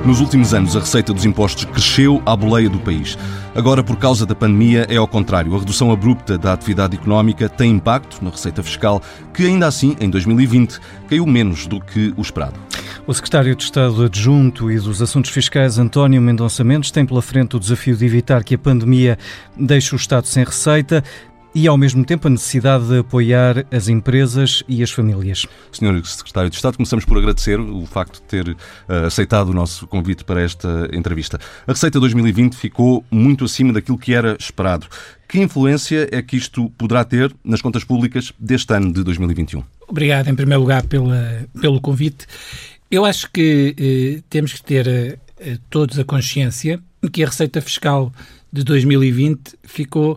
Nos últimos anos, a receita dos impostos cresceu à boleia do país. Agora, por causa da pandemia, é ao contrário. A redução abrupta da atividade económica tem impacto na receita fiscal, que ainda assim, em 2020, caiu menos do que o esperado. O secretário de Estado Adjunto e dos Assuntos Fiscais, António Mendonça Mendes, tem pela frente o desafio de evitar que a pandemia deixe o Estado sem receita e, ao mesmo tempo, a necessidade de apoiar as empresas e as famílias. Senhor Secretário de Estado, começamos por agradecer o facto de ter aceitado o nosso convite para esta entrevista. A receita 2020 ficou muito acima daquilo que era esperado. Que influência é que isto poderá ter nas contas públicas deste ano de 2021? Obrigado, em primeiro lugar, pelo convite. Eu acho que temos que ter todos a consciência que a receita fiscal de 2020 ficou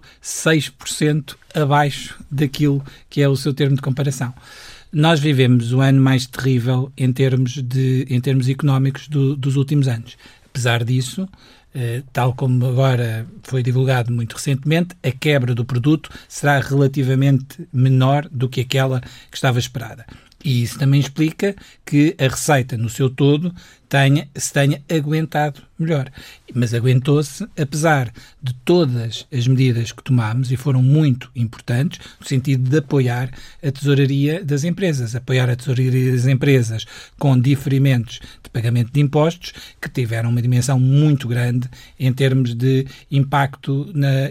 6% abaixo daquilo que é o seu termo de comparação. Nós vivemos o ano mais terrível em termos económicos dos últimos anos. Apesar disso, tal como agora foi divulgado muito recentemente, a quebra do produto será relativamente menor do que aquela que estava esperada. E isso também explica que a receita, no seu todo, se tenha aguentado melhor. Mas aguentou-se, apesar de todas as medidas que tomámos, e foram muito importantes, no sentido de apoiar a tesouraria das empresas. Apoiar a tesouraria das empresas com diferimentos de pagamento de impostos, que tiveram uma dimensão muito grande em termos de impacto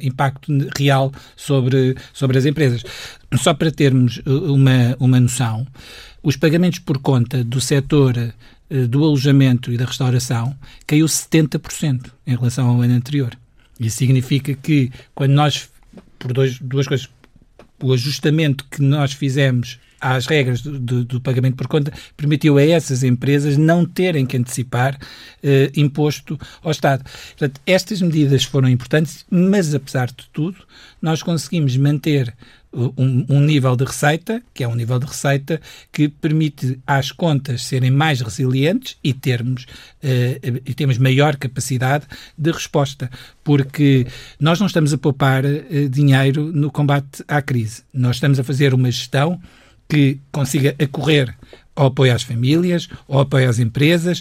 real sobre as empresas. Só para termos uma noção, os pagamentos por conta do setor do alojamento e da restauração caiu 70% em relação ao ano anterior. Isso significa que, quando nós, por duas coisas, o ajustamento que nós fizemos às regras do pagamento por conta permitiu a essas empresas não terem que antecipar imposto ao Estado. Portanto, estas medidas foram importantes, mas, apesar de tudo, nós conseguimos manter um nível de receita, que é um nível de receita que permite às contas serem mais resilientes e termos maior capacidade de resposta, porque nós não estamos a poupar dinheiro no combate à crise. Nós estamos a fazer uma gestão que consiga acorrer ao apoio às famílias, ao apoio às empresas,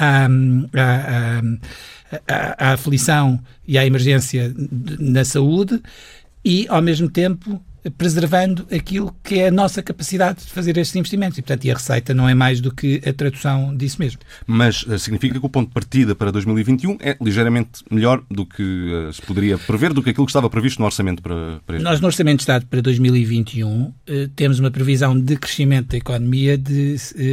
à aflição e à emergência na saúde e, ao mesmo tempo, preservando aquilo que é a nossa capacidade de fazer estes investimentos. E, portanto, a receita não é mais do que a tradução disso mesmo. Mas significa que o ponto de partida para 2021 é ligeiramente melhor do que se poderia prever, do que aquilo que estava previsto no orçamento para este ano? Nós, no Orçamento de Estado para 2021, temos uma previsão de crescimento da economia de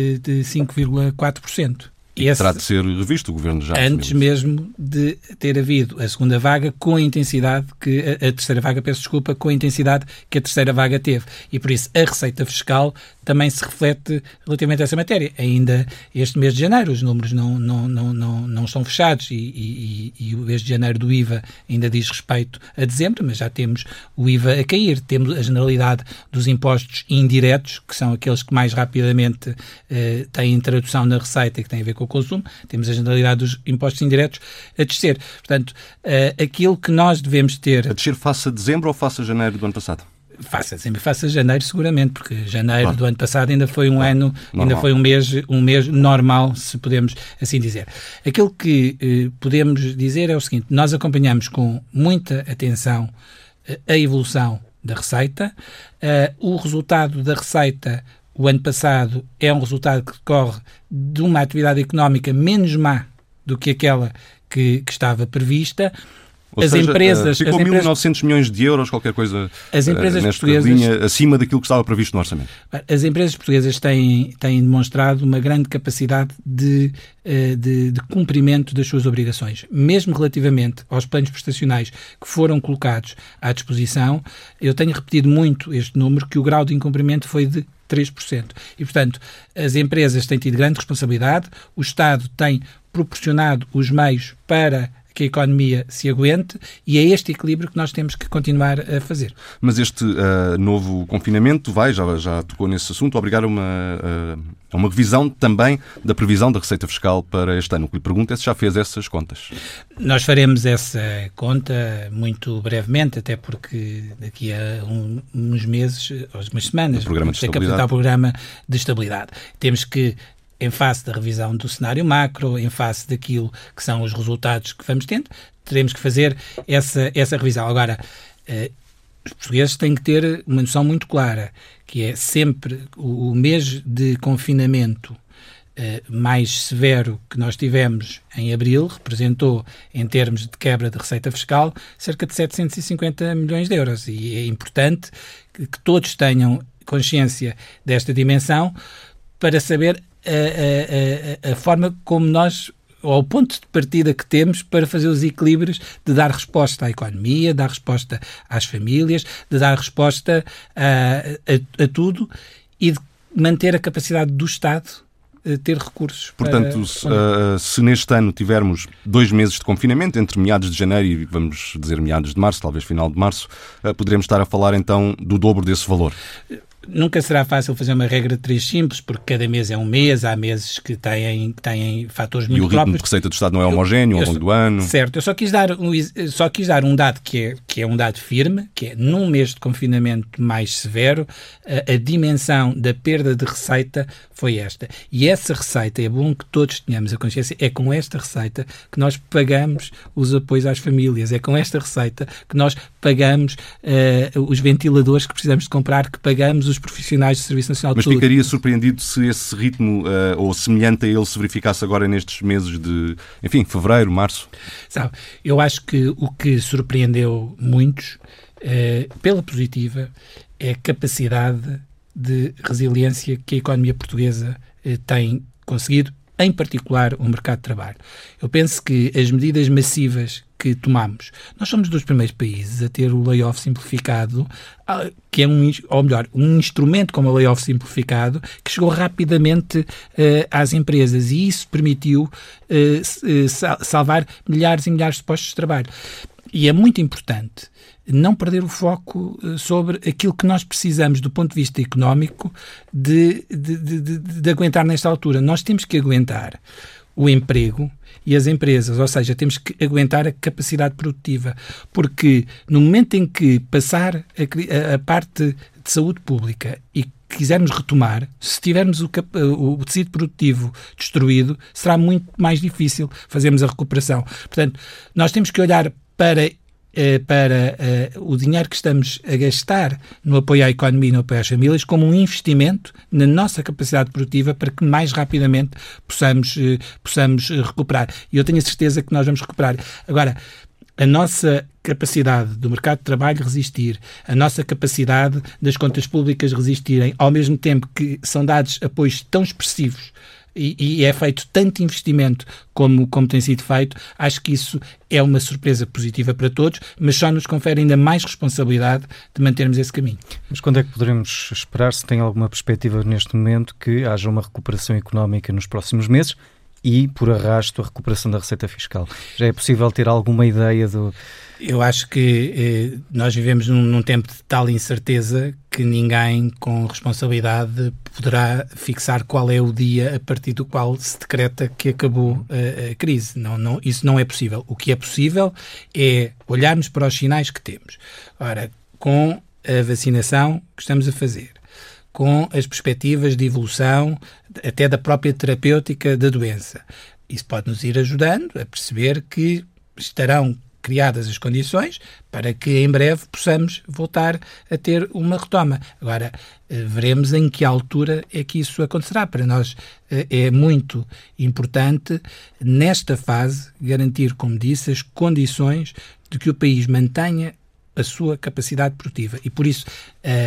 5,4%. Terá de ser revisto, o Governo já antes mesmo de ter havido a segunda vaga com a intensidade que a terceira vaga, com a intensidade que a terceira vaga teve. E por isso a receita fiscal também se reflete relativamente a essa matéria. Ainda este mês de janeiro os números não estão fechados e o mês de janeiro do IVA ainda diz respeito a dezembro, mas já temos o IVA a cair. Temos a generalidade dos impostos indiretos, que são aqueles que mais rapidamente têm tradução na receita e que têm a ver com o consumo. Temos a generalidade dos impostos indiretos a descer. Portanto, aquilo que nós devemos ter... A descer face a dezembro ou face a janeiro do ano passado? Face a janeiro, seguramente, porque janeiro do ano passado ainda foi normal. Ainda foi um mês normal, se podemos assim dizer. Aquilo que podemos dizer é o seguinte: nós acompanhamos com muita atenção a evolução da receita. O resultado da receita o ano passado é um resultado que decorre de uma atividade económica menos má do que aquela que estava prevista. Ficou 1.900 milhões de euros, qualquer coisa nesta linha, acima daquilo que estava previsto no orçamento. As empresas portuguesas têm demonstrado uma grande capacidade de cumprimento das suas obrigações. Mesmo relativamente aos planos prestacionais que foram colocados à disposição, eu tenho repetido muito este número, que o grau de incumprimento foi de 3%. E, portanto, as empresas têm tido grande responsabilidade, o Estado tem proporcionado os meios para que a economia se aguente e é este equilíbrio que nós temos que continuar a fazer. Mas este novo confinamento já tocou nesse assunto, obrigar a uma revisão também da previsão da receita fiscal para este ano. O que lhe pergunto é se já fez essas contas. Nós faremos essa conta muito brevemente, até porque daqui a uns meses, ou umas semanas, vamos ter que apresentar o programa de estabilidade. Temos que em face da revisão do cenário macro, em face daquilo que são os resultados que vamos tendo, teremos que fazer essa revisão. Agora, os portugueses têm que ter uma noção muito clara, que é sempre o mês de confinamento mais severo que nós tivemos em abril, representou, em termos de quebra de receita fiscal, cerca de 750 milhões de euros. E é importante que todos tenham consciência desta dimensão para saber a forma como nós, ou o ponto de partida que temos para fazer os equilíbrios de dar resposta à economia, dar resposta às famílias, de dar resposta a tudo e de manter a capacidade do Estado ter recursos. Portanto, se neste ano tivermos 2 meses de confinamento, entre meados de janeiro e, vamos dizer, meados de março, talvez final de março, poderemos estar a falar então do dobro desse valor. Nunca será fácil fazer uma regra de 3 simples, porque cada mês é um mês, há meses que têm fatores muito próprios. E o ritmo de receita do Estado não é homogéneo ao longo do ano. Certo, eu só quis dar um dado que é um dado firme, que é num mês de confinamento mais severo, a dimensão da perda de receita foi esta. E essa receita, é bom que todos tenhamos a consciência, é com esta receita que nós pagamos os apoios às famílias, é com esta receita que nós pagamos os ventiladores que precisamos de comprar, que pagamos os profissionais do Serviço Nacional de Saúde. Mas ficaria surpreendido se esse ritmo, ou semelhante a ele, se verificasse agora nestes meses de, enfim, fevereiro, março? Sabe, eu acho que o que surpreendeu muitos, pela positiva, é a capacidade de resiliência que a economia portuguesa tem conseguido, em particular o mercado de trabalho. Eu penso que as medidas massivas que tomamos, nós somos dos primeiros países a ter o layoff simplificado, que é um instrumento como o layoff simplificado, que chegou rapidamente às empresas, e isso permitiu salvar milhares e milhares de postos de trabalho. E é muito importante não perder o foco sobre aquilo que nós precisamos do ponto de vista económico de aguentar nesta altura. Nós temos que aguentar o emprego e as empresas, ou seja, temos que aguentar a capacidade produtiva, porque no momento em que passar a parte de saúde pública e quisermos retomar, se tivermos o tecido produtivo destruído, será muito mais difícil fazermos a recuperação. Portanto, nós temos que olhar para o dinheiro que estamos a gastar no apoio à economia e no apoio às famílias como um investimento na nossa capacidade produtiva para que mais rapidamente possamos recuperar. E eu tenho a certeza que nós vamos recuperar. Agora, a nossa capacidade do mercado de trabalho resistir, a nossa capacidade das contas públicas resistirem, ao mesmo tempo que são dados apoios tão expressivos e é feito tanto investimento como tem sido feito, acho que isso é uma surpresa positiva para todos, mas só nos confere ainda mais responsabilidade de mantermos esse caminho. Mas quando é que poderemos esperar, se tem alguma perspectiva neste momento, que haja uma recuperação económica nos próximos meses e, por arrasto, a recuperação da receita fiscal? Já é possível ter alguma ideia do... Eu acho que nós vivemos num tempo de tal incerteza que ninguém com responsabilidade poderá fixar qual é o dia a partir do qual se decreta que acabou a crise. Isso não é possível. O que é possível é olharmos para os sinais que temos. Ora, com a vacinação que estamos a fazer, com as perspectivas de evolução até da própria terapêutica da doença, isso pode nos ir ajudando a perceber que estarão criadas as condições para que em breve possamos voltar a ter uma retoma. Agora, veremos em que altura é que isso acontecerá. Para nós é muito importante, nesta fase, garantir, como disse, as condições de que o país mantenha a sua capacidade produtiva. E por isso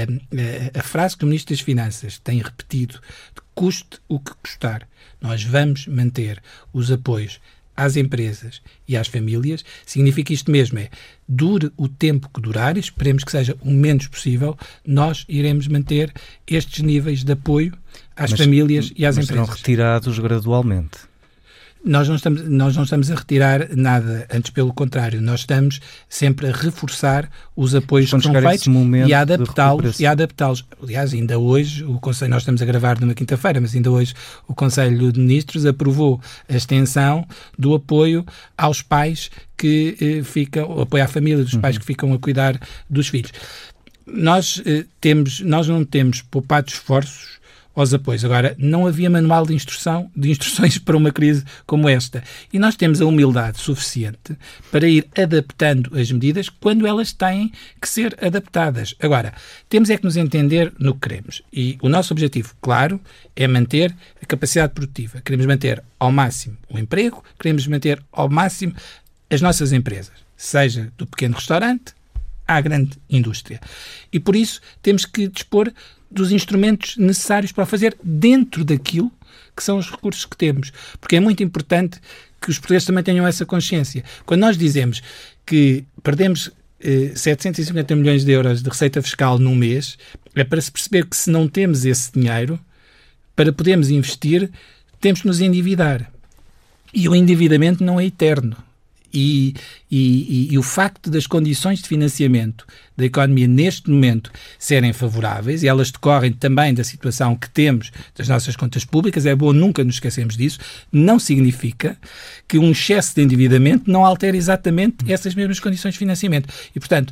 a frase que o Ministro das Finanças tem repetido, de custe o que custar, nós vamos manter os apoios às empresas e às famílias, significa isto mesmo, dure o tempo que durar, e esperemos que seja o menos possível, nós iremos manter estes níveis de apoio às famílias e às empresas. Serão retirados gradualmente. Nós não estamos a retirar nada, antes pelo contrário, nós estamos sempre a reforçar os apoios que são feitos e a adaptá-los. Aliás, ainda hoje, o Conselho, nós estamos a gravar numa quinta-feira, mas ainda hoje o Conselho de Ministros aprovou a extensão do apoio aos pais que ficam, o apoio à família dos pais que ficam a cuidar dos filhos. Nós não temos poupado esforços aos apoios. Agora, não havia manual de instruções para uma crise como esta. E nós temos a humildade suficiente para ir adaptando as medidas quando elas têm que ser adaptadas. Agora, temos é que nos entender no que queremos. E o nosso objetivo, claro, é manter a capacidade produtiva. Queremos manter ao máximo o emprego, queremos manter ao máximo as nossas empresas, seja do pequeno restaurante à grande indústria. E por isso temos que dispor dos instrumentos necessários para o fazer dentro daquilo que são os recursos que temos. Porque é muito importante que os portugueses também tenham essa consciência. Quando nós dizemos que perdemos 750 milhões de euros de receita fiscal num mês, é para se perceber que se não temos esse dinheiro, para podermos investir, temos que nos endividar. E o endividamento não é eterno. E o facto das condições de financiamento da economia neste momento serem favoráveis, e elas decorrem também da situação que temos das nossas contas públicas, é bom nunca nos esquecermos disso, não significa que um excesso de endividamento não altere exatamente essas mesmas condições de financiamento. E, portanto,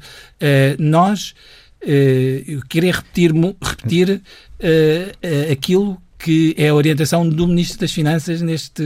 eu queria repetir aquilo que é a orientação do Ministro das Finanças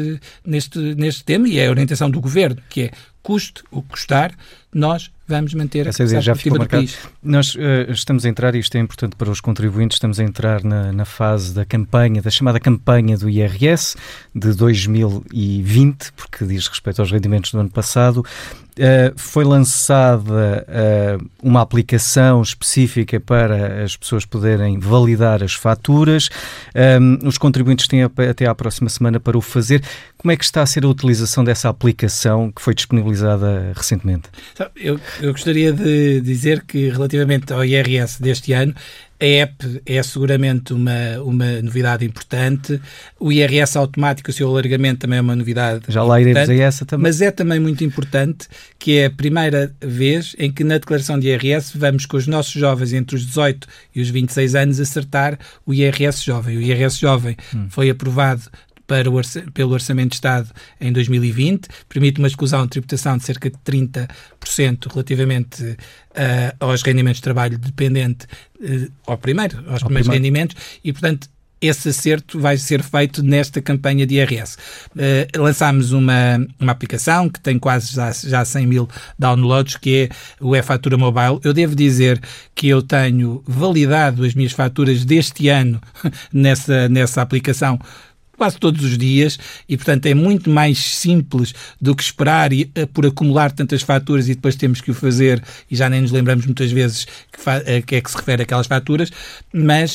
neste tema, e é a orientação do Governo, que é custe o que custar, nós vamos manter a capacidade produtiva do país. Nós estamos a entrar, e isto é importante para os contribuintes, estamos a entrar na fase da campanha, da chamada campanha do IRS de 2020, porque diz respeito aos rendimentos do ano passado. Foi lançada uma aplicação específica para as pessoas poderem validar as faturas. Os contribuintes têm até à próxima semana para o fazer. Como é que está a ser a utilização dessa aplicação que foi disponibilizada recentemente? Eu gostaria de dizer que, relativamente ao IRS deste ano, a app é seguramente uma novidade importante. O IRS automático, o seu alargamento, também é uma novidade. Já lá iremos a essa também. Mas é também muito importante que é a primeira vez em que na declaração de IRS vamos com os nossos jovens entre os 18 e os 26 anos acertar o IRS jovem. O IRS jovem foi aprovado pelo Orçamento de Estado em 2020, permite uma exclusão de tributação de cerca de 30% relativamente aos rendimentos de trabalho dependente aos primeiros rendimentos, e, portanto, esse acerto vai ser feito nesta campanha de IRS. Lançámos uma aplicação que tem quase já 100 mil downloads, que é o e-Fatura Mobile. Eu devo dizer que eu tenho validado as minhas faturas deste ano nessa aplicação quase todos os dias, e, portanto, é muito mais simples do que esperar por acumular tantas faturas e depois temos que o fazer e já nem nos lembramos muitas vezes que é que se refere àquelas faturas, mas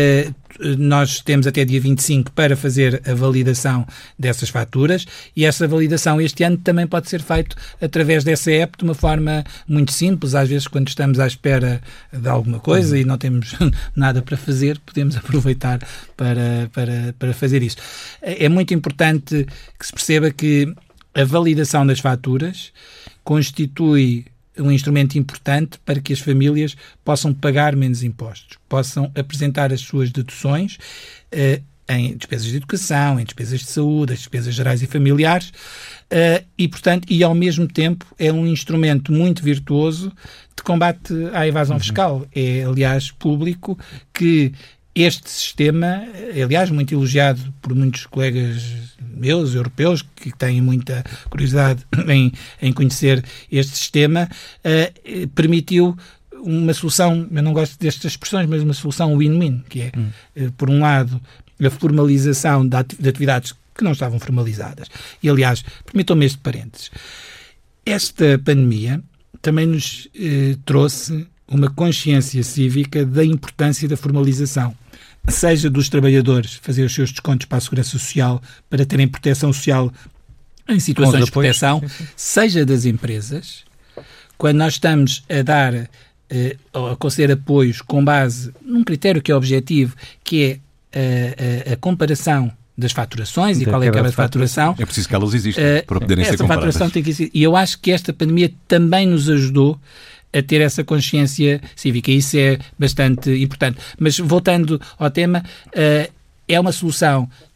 nós temos até dia 25 para fazer a validação dessas faturas, e essa validação este ano também pode ser feita através dessa app de uma forma muito simples. Às vezes, quando estamos à espera de alguma coisa e não temos nada para fazer, podemos aproveitar para fazer isso. É muito importante que se perceba que a validação das faturas constitui um instrumento importante para que as famílias possam pagar menos impostos, possam apresentar as suas deduções em despesas de educação, em despesas de saúde, as despesas gerais e familiares, e ao mesmo tempo é um instrumento muito virtuoso de combate à evasão fiscal. É, aliás, público que este sistema, aliás, muito elogiado por muitos colegas meus, europeus, que têm muita curiosidade em conhecer este sistema, permitiu uma solução, eu não gosto destas expressões, mas uma solução win-win, que é, por um lado, a formalização de atividades que não estavam formalizadas. E, aliás, permitam-me este parênteses. Esta pandemia também nos trouxe uma consciência cívica da importância da formalização, seja dos trabalhadores fazer os seus descontos para a Segurança Social, para terem proteção social em situações de proteção, seja das empresas, quando nós estamos a dar, a conceder apoios com base num critério que é objetivo, que é a comparação das faturações e qual é a quebra de faturação. É preciso que elas existam para poderem ser comparadas. Essa faturação tem que existir. E eu acho que esta pandemia também nos ajudou a ter essa consciência cívica. Isso é bastante importante. Mas, voltando ao tema, é uma solução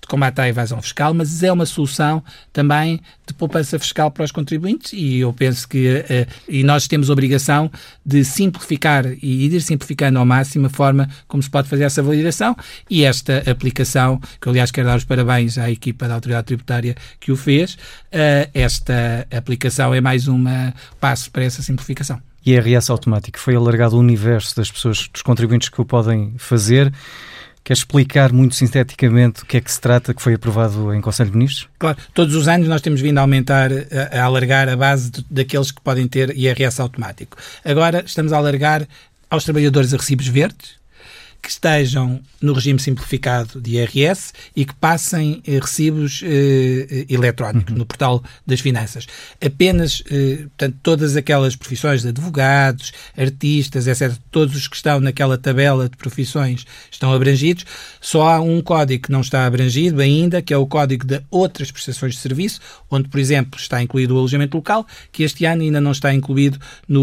de combate à evasão fiscal, mas é uma solução também de poupança fiscal para os contribuintes, e eu penso que e nós temos a obrigação de simplificar e ir simplificando ao máximo a forma como se pode fazer essa validação, e esta aplicação, que eu, aliás, quero dar os parabéns à equipa da Autoridade Tributária que o fez, esta aplicação é mais um passo para essa simplificação. IRS automático, foi alargado o universo das pessoas, dos contribuintes que o podem fazer. Quer explicar muito sinteticamente o que é que se trata, que foi aprovado em Conselho de Ministros? Claro, todos os anos nós temos vindo a aumentar, a alargar a base daqueles que podem ter IRS automático. Agora estamos a alargar aos trabalhadores a recibos verdes, que estejam no regime simplificado de IRS e que passem recibos eletrónicos no portal das finanças. Apenas, portanto, todas aquelas profissões de advogados, artistas, etc., todos os que estão naquela tabela de profissões estão abrangidos. Só há um código que não está abrangido ainda, que é o código de outras prestações de serviço, onde, por exemplo, está incluído o alojamento local, que este ano ainda não está incluído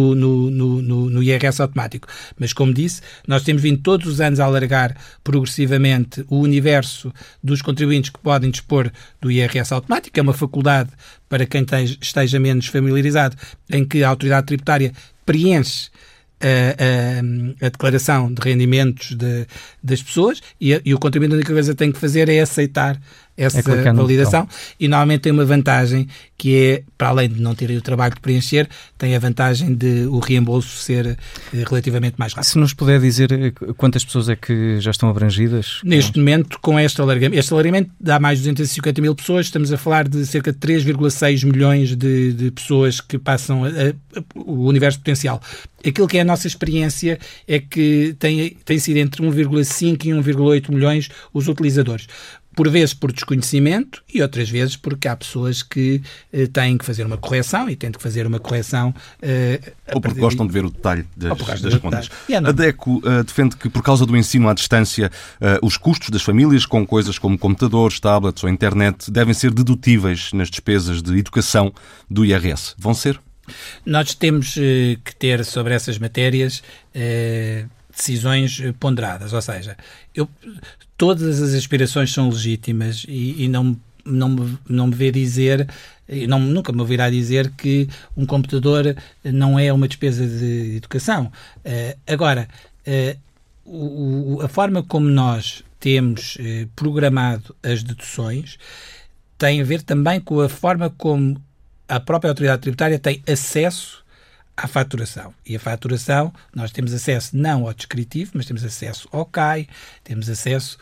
no IRS automático. Mas, como disse, nós temos vindo todos os anos a alargar progressivamente o universo dos contribuintes que podem dispor do IRS automático. É uma faculdade para quem esteja menos familiarizado, em que a autoridade tributária preenche a declaração de rendimentos das pessoas e o contribuinte, a única coisa que tem que fazer é aceitar essa validação, e normalmente tem uma vantagem que é, para além de não terem o trabalho de preencher, tem a vantagem de o reembolso ser relativamente mais rápido. Se nos puder dizer quantas pessoas é que já estão abrangidas? Neste momento, com este alargamento dá mais de 250 mil pessoas, estamos a falar de cerca de 3,6 milhões de pessoas que passam o universo potencial. Aquilo que é a nossa experiência é que tem sido entre 1,5 e 1,8 milhões os utilizadores. Por vezes por desconhecimento e outras vezes porque há pessoas que têm que fazer uma correção e têm que fazer uma correção... ou porque gostam de ver o detalhe das contas. A DECO defende que, por causa do ensino à distância, os custos das famílias com coisas como computadores, tablets ou internet devem ser dedutíveis nas despesas de educação do IRS. Vão ser? Nós temos que ter sobre essas matérias decisões ponderadas, ou seja, todas as aspirações são legítimas e não me vê dizer, nunca me ouvirá dizer que um computador não é uma despesa de educação. Agora, a forma como nós temos programado as deduções tem a ver também com a forma como a própria autoridade tributária tem acesso à faturação. E a faturação, nós temos acesso não ao descritivo, mas temos acesso ao CAI, temos acesso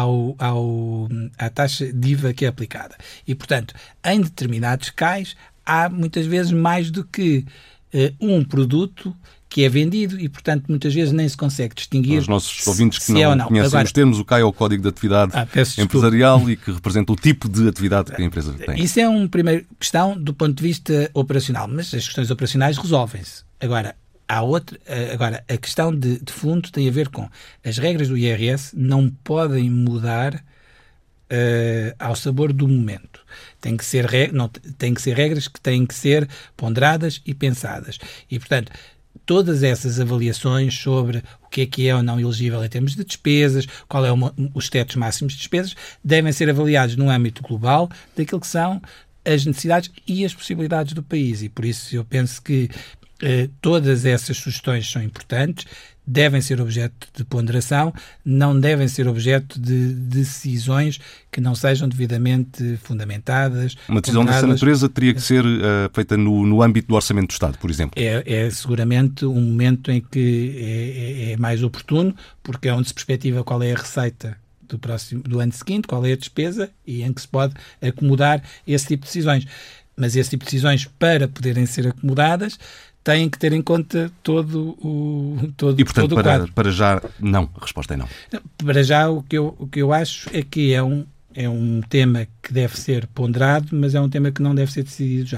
à taxa de IVA que é aplicada. E, portanto, em determinados CAIs, há muitas vezes mais do que um produto que é vendido e, portanto, muitas vezes nem se consegue distinguir. Os nossos ouvintes que não conhecem os termos, o CAI é o Código de Atividade Empresarial e que representa o tipo de atividade que a empresa tem. Isso é uma primeira questão do ponto de vista operacional, mas as questões operacionais resolvem-se. Agora, a questão de fundo tem a ver com as regras do IRS não podem mudar ao sabor do momento. Tem que ser regras que têm que ser ponderadas e pensadas. E, portanto, todas essas avaliações sobre o que é ou não elegível em termos de despesas, qual é os tetos máximos de despesas, devem ser avaliados no âmbito global daquilo que são as necessidades e as possibilidades do país. E por isso eu penso que todas essas sugestões são importantes, devem ser objeto de ponderação, não devem ser objeto de decisões que não sejam devidamente fundamentadas. Uma decisão dessa natureza teria que ser feita no âmbito do Orçamento do Estado, por exemplo. É seguramente um momento em que é mais oportuno, porque é onde se perspectiva qual é a receita do ano seguinte, qual é a despesa e em que se pode acomodar esse tipo de decisões. Mas esse tipo de decisões, para poderem ser acomodadas, têm que ter em conta todo o quadro. E, portanto, para já, não. A resposta é não. Para já, o que eu acho é que é um tema que deve ser ponderado, mas é um tema que não deve ser decidido já.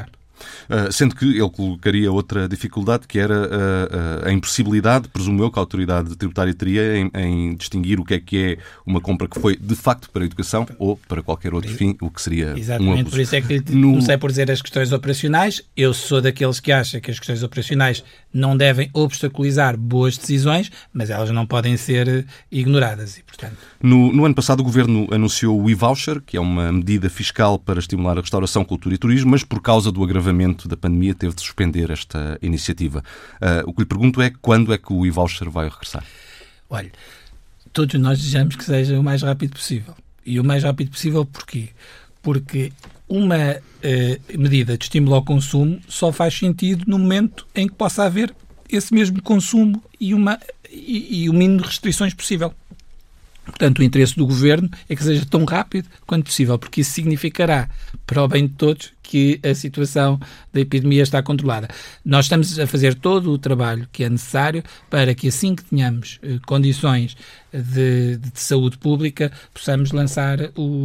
Sendo que ele colocaria outra dificuldade, que era a impossibilidade, presumo eu, que a autoridade tributária teria em distinguir o que é uma compra que foi de facto para a educação ou para qualquer outro fim, o que seria um abuso. Por isso é que comecei por dizer as questões operacionais. Eu sou daqueles que acham que as questões operacionais não devem obstaculizar boas decisões, mas elas não podem ser ignoradas. E, portanto... No ano passado, o Governo anunciou o e-voucher, que é uma medida fiscal para estimular a restauração, cultura e turismo, mas por causa do agravamento da pandemia teve de suspender esta iniciativa. O que lhe pergunto é quando é que o e-voucher vai regressar? Olha, todos nós desejamos que seja o mais rápido possível. E o mais rápido possível porquê? Porque uma medida de estímulo ao consumo só faz sentido no momento em que possa haver esse mesmo consumo e o mínimo de restrições possível. Portanto, o interesse do Governo é que seja tão rápido quanto possível, porque isso significará, para o bem de todos, que a situação da epidemia está controlada. Nós estamos a fazer todo o trabalho que é necessário para que, assim que tenhamos condições de saúde pública, possamos lançar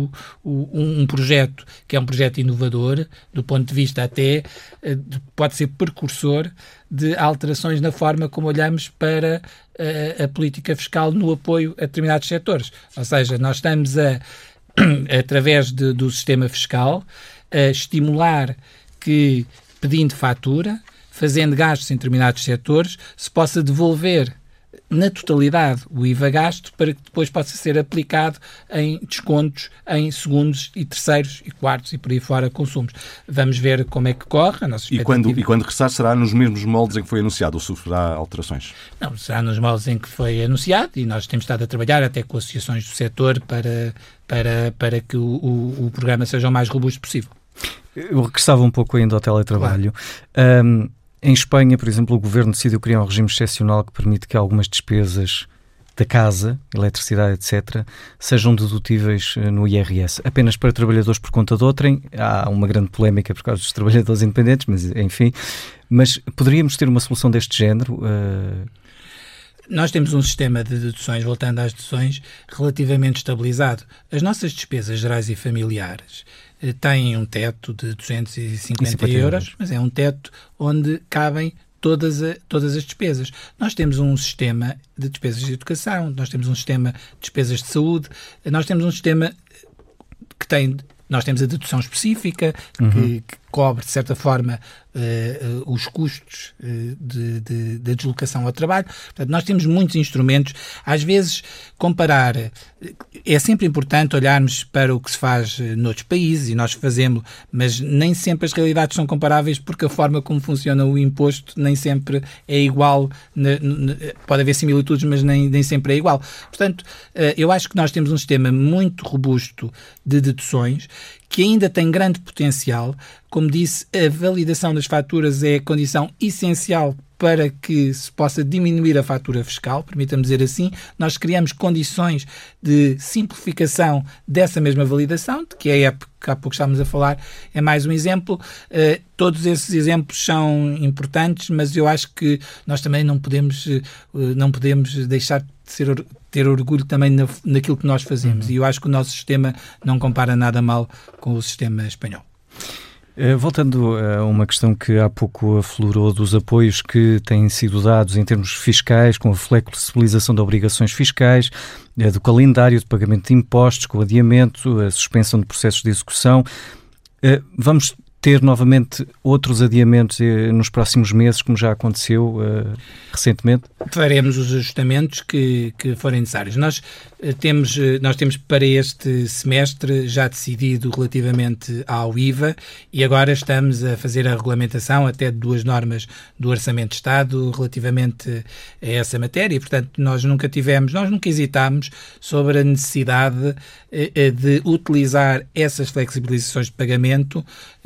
um projeto que é um projeto inovador, do ponto de vista até, pode ser precursor de alterações na forma como olhamos para a política fiscal no apoio a determinados setores. Ou seja, nós estamos através do sistema fiscal, a estimular que, pedindo fatura, fazendo gastos em determinados setores, se possa devolver na totalidade o IVA gasto para que depois possa ser aplicado em descontos em segundos e terceiros e quartos e por aí fora consumos. Vamos ver como é que corre a nossa expectativa. E quando regressar será nos mesmos moldes em que foi anunciado ou sofrerá alterações? Não, será nos moldes em que foi anunciado e nós temos estado a trabalhar até com associações do setor para que o programa seja o mais robusto possível. Eu regressava um pouco ainda ao teletrabalho. Claro. Em Espanha, por exemplo, o Governo decidiu criar um regime excepcional que permite que algumas despesas da casa, eletricidade, etc., sejam dedutíveis no IRS, apenas para trabalhadores por conta de outrem. Há uma grande polémica por causa dos trabalhadores independentes, mas enfim. Mas poderíamos ter uma solução deste género? Nós temos um sistema de deduções, voltando às deduções, relativamente estabilizado. As nossas despesas gerais e familiares têm um teto de 250 euros, mas é um teto onde cabem todas as despesas. Nós temos um sistema de despesas de educação, nós temos um sistema de despesas de saúde, nós temos um sistema que tem... Nós temos a dedução específica que cobre, de certa forma, os custos da deslocação ao trabalho. Portanto, nós temos muitos instrumentos. Às vezes, comparar... É sempre importante olharmos para o que se faz noutros países, e nós fazemos, mas nem sempre as realidades são comparáveis, porque a forma como funciona o imposto nem sempre é igual. Pode haver similitudes, mas nem sempre é igual. Portanto, eu acho que nós temos um sistema muito robusto de deduções, que ainda tem grande potencial. Como disse, a validação das faturas é a condição essencial para que se possa diminuir a fatura fiscal, permita-me dizer assim. Nós criamos condições de simplificação dessa mesma validação, de que a época que há pouco estávamos a falar é mais um exemplo. Todos esses exemplos são importantes, mas eu acho que nós também não podemos deixar de ter orgulho também naquilo que nós fazemos. E eu acho que o nosso sistema não compara nada mal com o sistema espanhol. Voltando a uma questão que há pouco aflorou dos apoios que têm sido dados em termos fiscais, com a flexibilização de obrigações fiscais, do calendário de pagamento de impostos, com o adiamento, a suspensão de processos de execução, vamos ter novamente outros adiamentos nos próximos meses, como já aconteceu recentemente? Faremos os ajustamentos que forem necessários. Nós temos para este semestre já decidido relativamente ao IVA e agora estamos a fazer a regulamentação até de 2 normas do Orçamento de Estado relativamente a essa matéria e, portanto, nós nunca hesitámos sobre a necessidade de utilizar essas flexibilizações de pagamento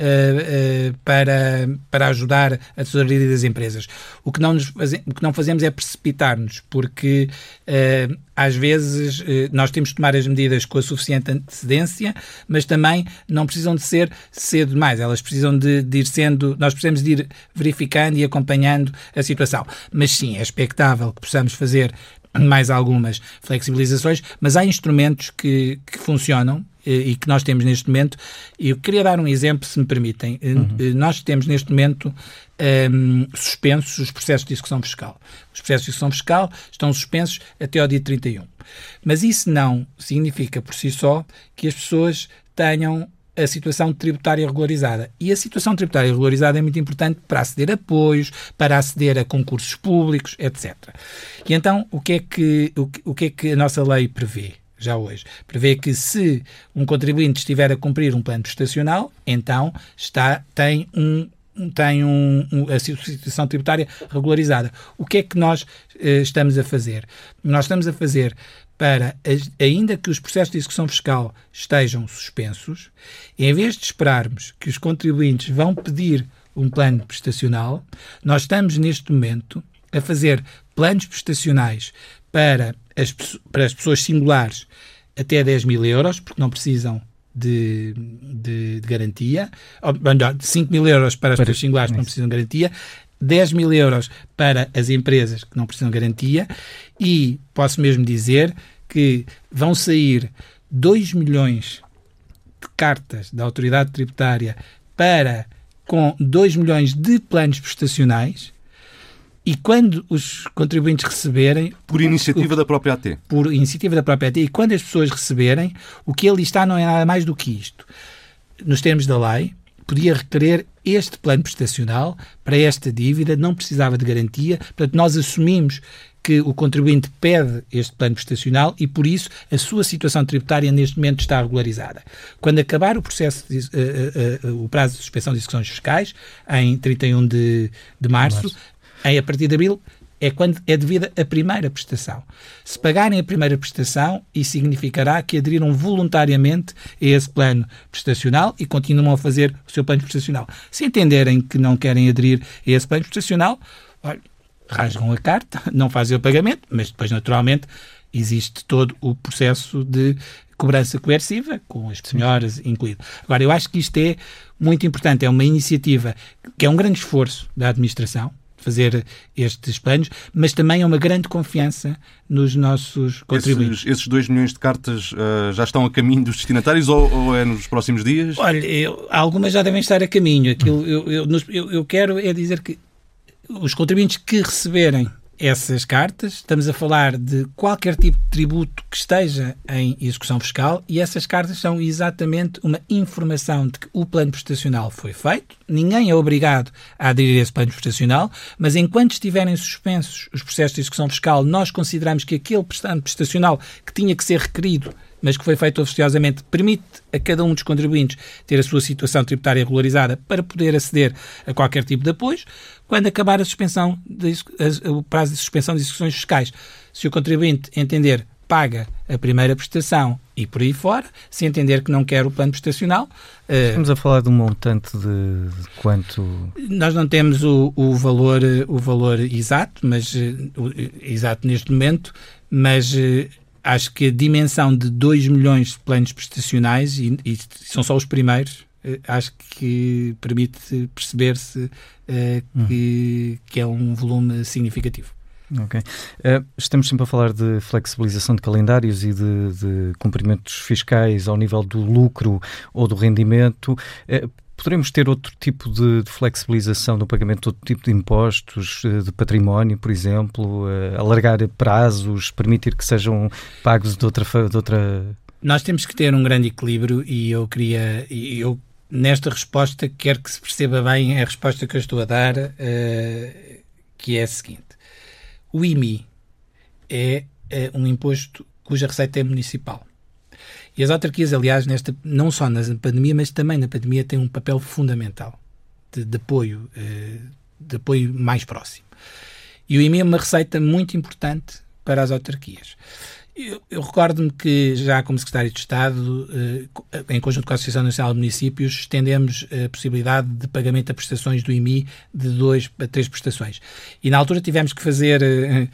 para ajudar a tesouraria das empresas. O que não fazemos é precipitar-nos, porque às vezes nós temos de tomar as medidas com a suficiente antecedência, mas também não precisam de ser cedo demais. Elas precisam de ir sendo... Nós precisamos de ir verificando e acompanhando a situação. Mas sim, é expectável que possamos fazer mais algumas flexibilizações, mas há instrumentos que funcionam e que nós temos neste momento. Eu queria dar um exemplo, se me permitem. Nós temos neste momento suspensos os processos de execução fiscal. Os processos de execução fiscal estão suspensos até ao dia 31. Mas isso não significa por si só que as pessoas tenham a situação tributária regularizada. E a situação tributária regularizada é muito importante para aceder a apoios, para aceder a concursos públicos, etc. E então, o que é que a nossa lei prevê? Já hoje, prevê que se um contribuinte estiver a cumprir um plano prestacional, então tem a situação tributária regularizada. O que é que nós estamos a fazer? Nós estamos a fazer para, ainda que os processos de execução fiscal estejam suspensos, em vez de esperarmos que os contribuintes vão pedir um plano prestacional, nós estamos neste momento a fazer planos prestacionais para as pessoas singulares até 10 mil euros, porque não precisam de garantia, ou melhor, de 5 mil euros para as pessoas singulares que não precisam de garantia, 10 mil euros para as empresas que não precisam de garantia, e posso mesmo dizer que vão sair 2 milhões de cartas da autoridade tributária com 2 milhões de planos prestacionais. E quando os contribuintes receberem... Por iniciativa da própria AT. Por iniciativa da própria AT. E quando as pessoas receberem, o que ali está não é nada mais do que isto. Nos termos da lei, podia requerer este plano prestacional para esta dívida, não precisava de garantia. Portanto, nós assumimos que o contribuinte pede este plano prestacional e, por isso, a sua situação tributária neste momento está regularizada. Quando acabar o processo, o prazo de suspensão de execuções fiscais, em 31 de março, a partir de abril, é quando é devida a primeira prestação. Se pagarem a primeira prestação, isso significará que aderiram voluntariamente a esse plano prestacional e continuam a fazer o seu plano prestacional. Se entenderem que não querem aderir a esse plano prestacional, olha, rasgam a carta, não fazem o pagamento, mas depois, naturalmente, existe todo o processo de cobrança coerciva, com as penhoras incluído. Agora, eu acho que isto é muito importante, é uma iniciativa que é um grande esforço da administração, fazer estes planos, mas também é uma grande confiança nos nossos contribuintes. Esses 2 milhões de cartas já estão a caminho dos destinatários ou é nos próximos dias? Olha, algumas já devem estar a caminho. Eu quero dizer que os contribuintes que receberem essas cartas, estamos a falar de qualquer tipo de tributo que esteja em execução fiscal, e essas cartas são exatamente uma informação de que o plano prestacional foi feito. Ninguém é obrigado a aderir a esse plano prestacional, mas enquanto estiverem suspensos os processos de execução fiscal, nós consideramos que aquele plano prestacional que tinha que ser requerido, mas que foi feito oficiosamente, permite a cada um dos contribuintes ter a sua situação tributária regularizada para poder aceder a qualquer tipo de apoios. Quando acabar o prazo de suspensão de execuções fiscais, se o contribuinte entender, paga a primeira prestação e por aí fora, se entender que não quer o plano prestacional... Estamos a falar de um montante de quanto... Nós não temos o valor exato, exato neste momento, mas... acho que a dimensão de 2 milhões de planos prestacionais, e são só os primeiros, acho que permite perceber-se que é um volume significativo. Ok. Estamos sempre a falar de flexibilização de calendários e de cumprimentos fiscais ao nível do lucro ou do rendimento. Poderemos ter outro tipo de flexibilização no pagamento de outro tipo de impostos, de património, por exemplo, alargar prazos, permitir que sejam pagos de outra... Nós temos que ter um grande equilíbrio e eu nesta resposta quero que se perceba bem a resposta que eu estou a dar, que é a seguinte. O IMI é um imposto cuja receita é municipal. E as autarquias, aliás, não só na pandemia, mas também na pandemia, têm um papel fundamental de apoio mais próximo. E o IMI é uma receita muito importante para as autarquias. Eu recordo-me que já como Secretário de Estado, em conjunto com a Associação Nacional de Municípios, estendemos a possibilidade de pagamento a prestações do IMI de 2 a 3 prestações. E na altura tivemos que fazer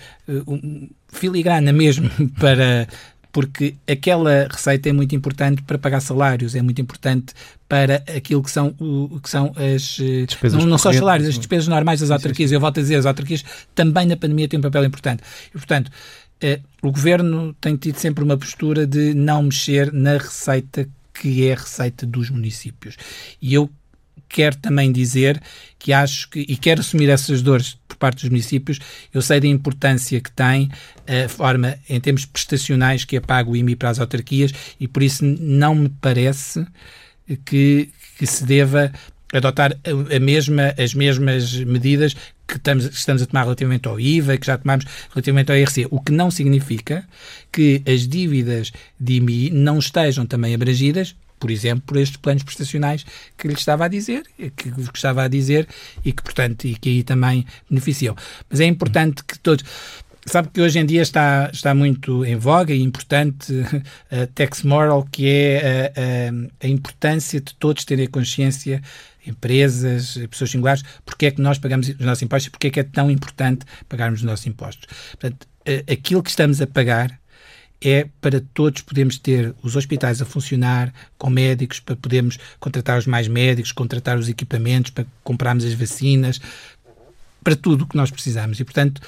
filigrana mesmo porque aquela receita é muito importante para pagar salários, é muito importante para aquilo que são as despesas, não só os salários, as despesas normais das autarquias. Eu volto a dizer, as autarquias também na pandemia têm um papel importante. E, portanto, o Governo tem tido sempre uma postura de não mexer na receita que é a receita dos municípios. E eu quero também dizer que acho que, e quero assumir essas dores por parte dos municípios, eu sei da importância que tem a forma, em termos prestacionais, que é pago o IMI para as autarquias, e por isso não me parece que se deva adotar as mesmas medidas que estamos a tomar relativamente ao IVA, que já tomámos relativamente ao IRC, o que não significa que as dívidas de IMI não estejam também abrangidas, por exemplo, por estes planos prestacionais que lhe estava a dizer, e que portanto, e que aí também beneficiam. Mas é importante que todos... Sabe que hoje em dia está muito em voga e importante a tax moral, que é a importância de todos terem consciência, empresas, pessoas singulares, porque é que nós pagamos os nossos impostos e porque é que é tão importante pagarmos os nossos impostos. Portanto, aquilo que estamos a pagar é para todos podermos ter os hospitais a funcionar com médicos, para podermos contratar os mais médicos, contratar os equipamentos, para comprarmos as vacinas, para tudo o que nós precisamos. E, portanto,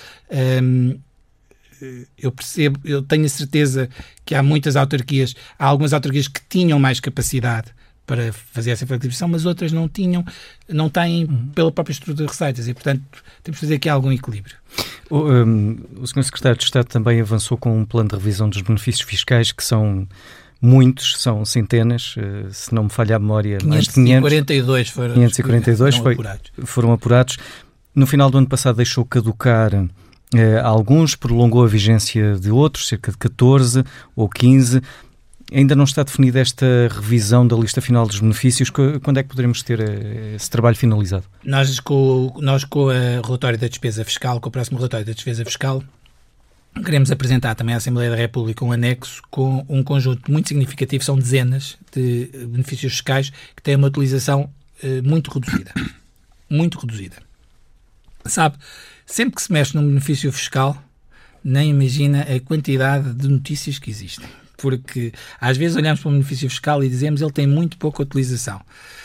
eu tenho a certeza que há algumas autarquias que tinham mais capacidade para fazer essa flexibilização, mas outras não têm pela própria estrutura de receitas e, portanto, temos que fazer aqui algum equilíbrio. O Sr. Secretário de Estado também avançou com um plano de revisão dos benefícios fiscais, que são muitos, são centenas, se não me falha a memória, mais de 542 foram apurados. No final do ano passado deixou caducar alguns, prolongou a vigência de outros, cerca de 14 ou 15. Ainda não está definida esta revisão da lista final dos benefícios. Quando é que poderemos ter esse trabalho finalizado? Nós com o relatório da despesa fiscal, com o próximo relatório da despesa fiscal, queremos apresentar também à Assembleia da República um anexo com um conjunto muito significativo, são dezenas de benefícios fiscais que têm uma utilização muito reduzida. Muito reduzida. Sabe, sempre que se mexe num benefício fiscal, nem imagina a quantidade de notícias que existem. Porque às vezes olhamos para um benefício fiscal e dizemos que ele tem muito pouca utilização.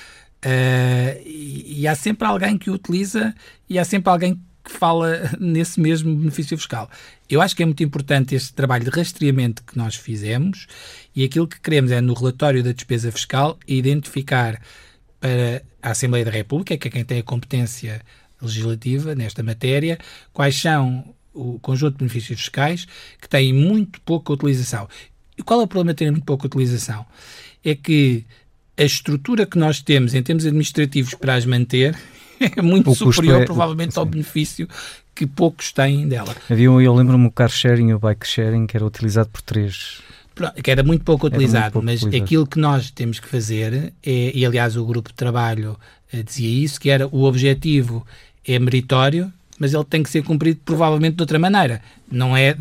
E há sempre alguém que o utiliza e há sempre alguém que fala nesse mesmo benefício fiscal. Eu acho que é muito importante este trabalho de rastreamento que nós fizemos e aquilo que queremos é, no relatório da despesa fiscal, identificar para a Assembleia da República, que é quem tem a competência legislativa nesta matéria, quais são o conjunto de benefícios fiscais que têm muito pouca utilização. E qual é o problema de terem muito pouca utilização? É que a estrutura que nós temos em termos administrativos para as manter é muito superior, provavelmente, ao benefício que poucos têm dela. Eu lembro-me o car sharing e o bike sharing, que era utilizado por 3... Que era muito pouco utilizado, mas aquilo que nós temos que fazer, e aliás o grupo de trabalho dizia isso, que era o objetivo é meritório, mas ele tem que ser cumprido provavelmente de outra maneira. Não é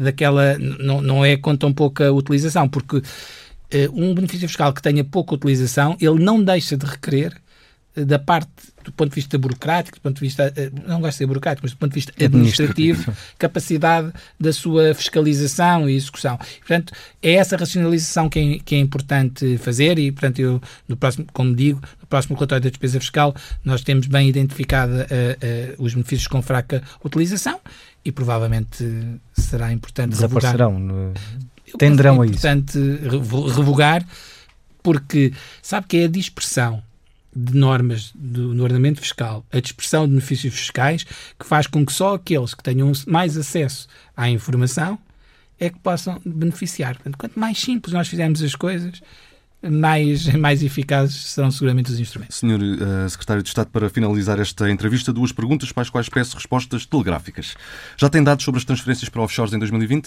com tão pouca utilização, porque um benefício fiscal que tenha pouca utilização, ele não deixa de requerer da parte, do ponto de vista burocrático, do ponto de vista, não gosto de ser burocrático, mas do ponto de vista administrativo, capacidade da sua fiscalização e execução. Portanto, é essa racionalização que é importante fazer e, portanto, no próximo relatório da despesa fiscal, nós temos bem identificado os benefícios com fraca utilização e provavelmente será importante desaparecerão. Tenderão a isso. É importante revogar, porque sabe que é a dispersão de normas no ordenamento fiscal, a dispersão de benefícios fiscais, que faz com que só aqueles que tenham mais acesso à informação é que possam beneficiar. Portanto, quanto mais simples nós fizermos as coisas, mais eficazes serão seguramente os instrumentos. Senhor Secretário de Estado, para finalizar esta entrevista, 2 perguntas para as quais peço respostas telegráficas. Já tem dados sobre as transferências para offshores em 2020?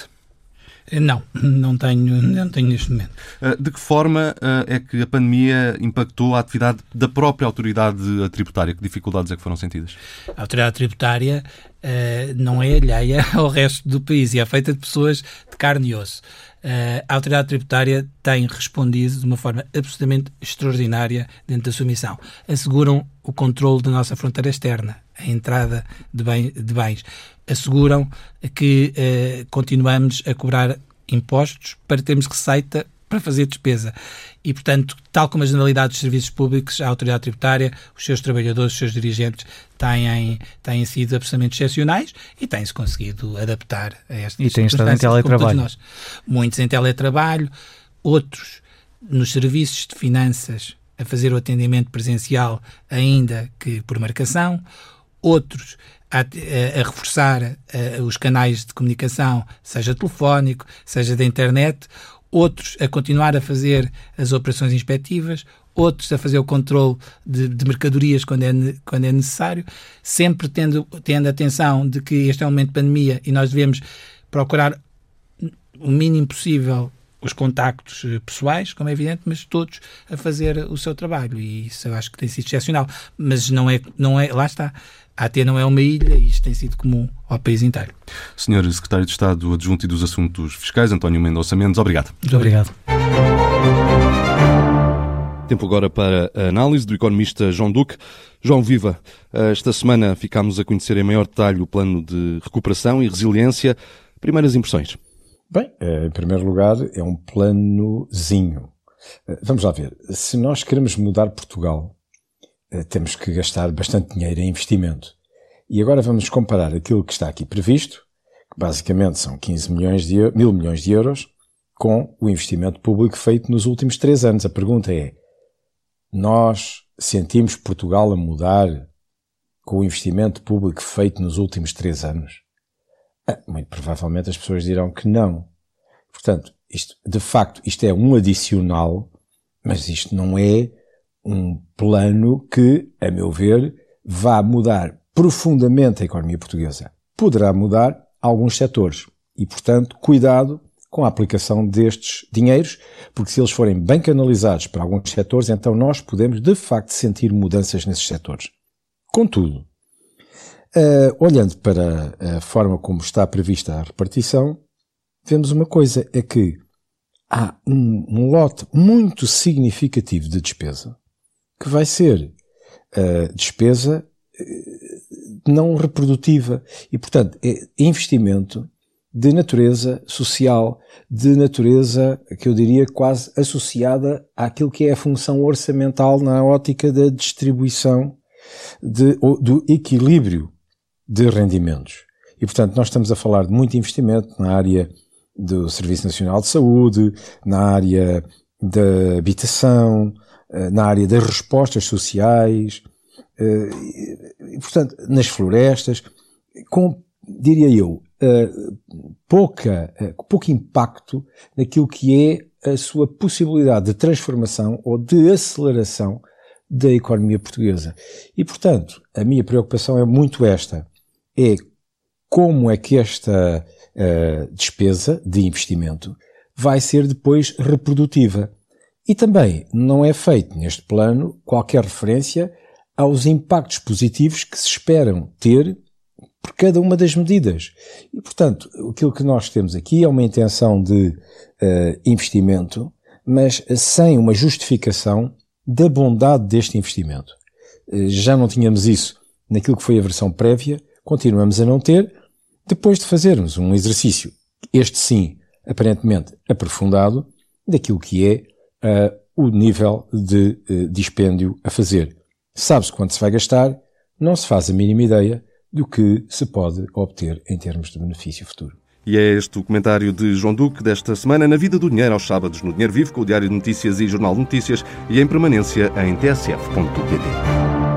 Não tenho neste momento. De que forma é que a pandemia impactou a atividade da própria autoridade tributária? Que dificuldades é que foram sentidas? A autoridade tributária não é alheia ao resto do país e é feita de pessoas de carne e osso. A autoridade tributária tem respondido de uma forma absolutamente extraordinária dentro da sua missão. Asseguram o controle da nossa fronteira externa, a entrada de bens. Asseguram que continuamos a cobrar impostos para termos receita para fazer despesa. E, portanto, tal como a generalidade dos serviços públicos, a autoridade tributária, os seus trabalhadores, os seus dirigentes têm sido absolutamente excepcionais e têm-se conseguido adaptar a estas circunstâncias. E têm estado em teletrabalho. Muitos em teletrabalho, outros nos serviços de finanças a fazer o atendimento presencial, ainda que por marcação, outros a reforçar os canais de comunicação, seja telefónico, seja da internet, outros a continuar a fazer as operações inspectivas, outros a fazer o controle de mercadorias quando é necessário, sempre tendo atenção de que este é um momento de pandemia e nós devemos procurar o mínimo possível os contactos pessoais, como é evidente, mas todos a fazer o seu trabalho, e isso eu acho que tem sido excepcional, mas não é, lá está, a AT não é uma ilha e isto tem sido comum ao país inteiro. Senhor Secretário de Estado Adjunto e dos Assuntos Fiscais, António Mendonça Mendes, obrigado. Muito obrigado. Tempo agora para a análise do economista João Duque. João, viva! Esta semana ficámos a conhecer em maior detalhe o plano de recuperação e resiliência. Primeiras impressões? Bem, em primeiro lugar, é um planozinho. Vamos lá ver. Se nós queremos mudar Portugal, temos que gastar bastante dinheiro em investimento. E agora vamos comparar aquilo que está aqui previsto, que basicamente são 1.000 milhões de euros, com o investimento público feito nos últimos 3 anos. A pergunta é, nós sentimos Portugal a mudar com o investimento público feito nos últimos 3 anos? Muito provavelmente as pessoas dirão que não. Portanto, de facto, isto é um adicional, mas isto não é um plano que, a meu ver, vá mudar profundamente a economia portuguesa. Poderá mudar alguns setores e, portanto, cuidado com a aplicação destes dinheiros, porque se eles forem bem canalizados para alguns setores, então nós podemos, de facto, sentir mudanças nesses setores. Contudo, olhando para a forma como está prevista a repartição, vemos uma coisa, é que há um lote muito significativo de despesa que vai ser despesa não reprodutiva e, portanto, é investimento de natureza social, de natureza que eu diria quase associada àquilo que é a função orçamental na ótica da distribuição do equilíbrio de rendimentos. E, portanto, nós estamos a falar de muito investimento na área do Serviço Nacional de Saúde, na área da habitação, na área das respostas sociais, e, portanto, nas florestas, com, diria eu, pouco impacto naquilo que é a sua possibilidade de transformação ou de aceleração da economia portuguesa. E, portanto, a minha preocupação é muito esta. É como é que esta despesa de investimento vai ser depois reprodutiva. E também não é feito neste plano qualquer referência aos impactos positivos que se esperam ter por cada uma das medidas. E, portanto, aquilo que nós temos aqui é uma intenção de investimento, mas sem uma justificação da bondade deste investimento. Já não tínhamos isso naquilo que foi a versão prévia, continuamos a não ter, depois de fazermos um exercício, este sim, aparentemente aprofundado, daquilo que é o nível de dispêndio a fazer. Sabe-se quanto se vai gastar, não se faz a mínima ideia do que se pode obter em termos de benefício futuro. E é este o comentário de João Duque desta semana na Vida do Dinheiro, aos sábados no Dinheiro Vivo, com o Diário de Notícias e Jornal de Notícias, e em permanência em tsf.pt.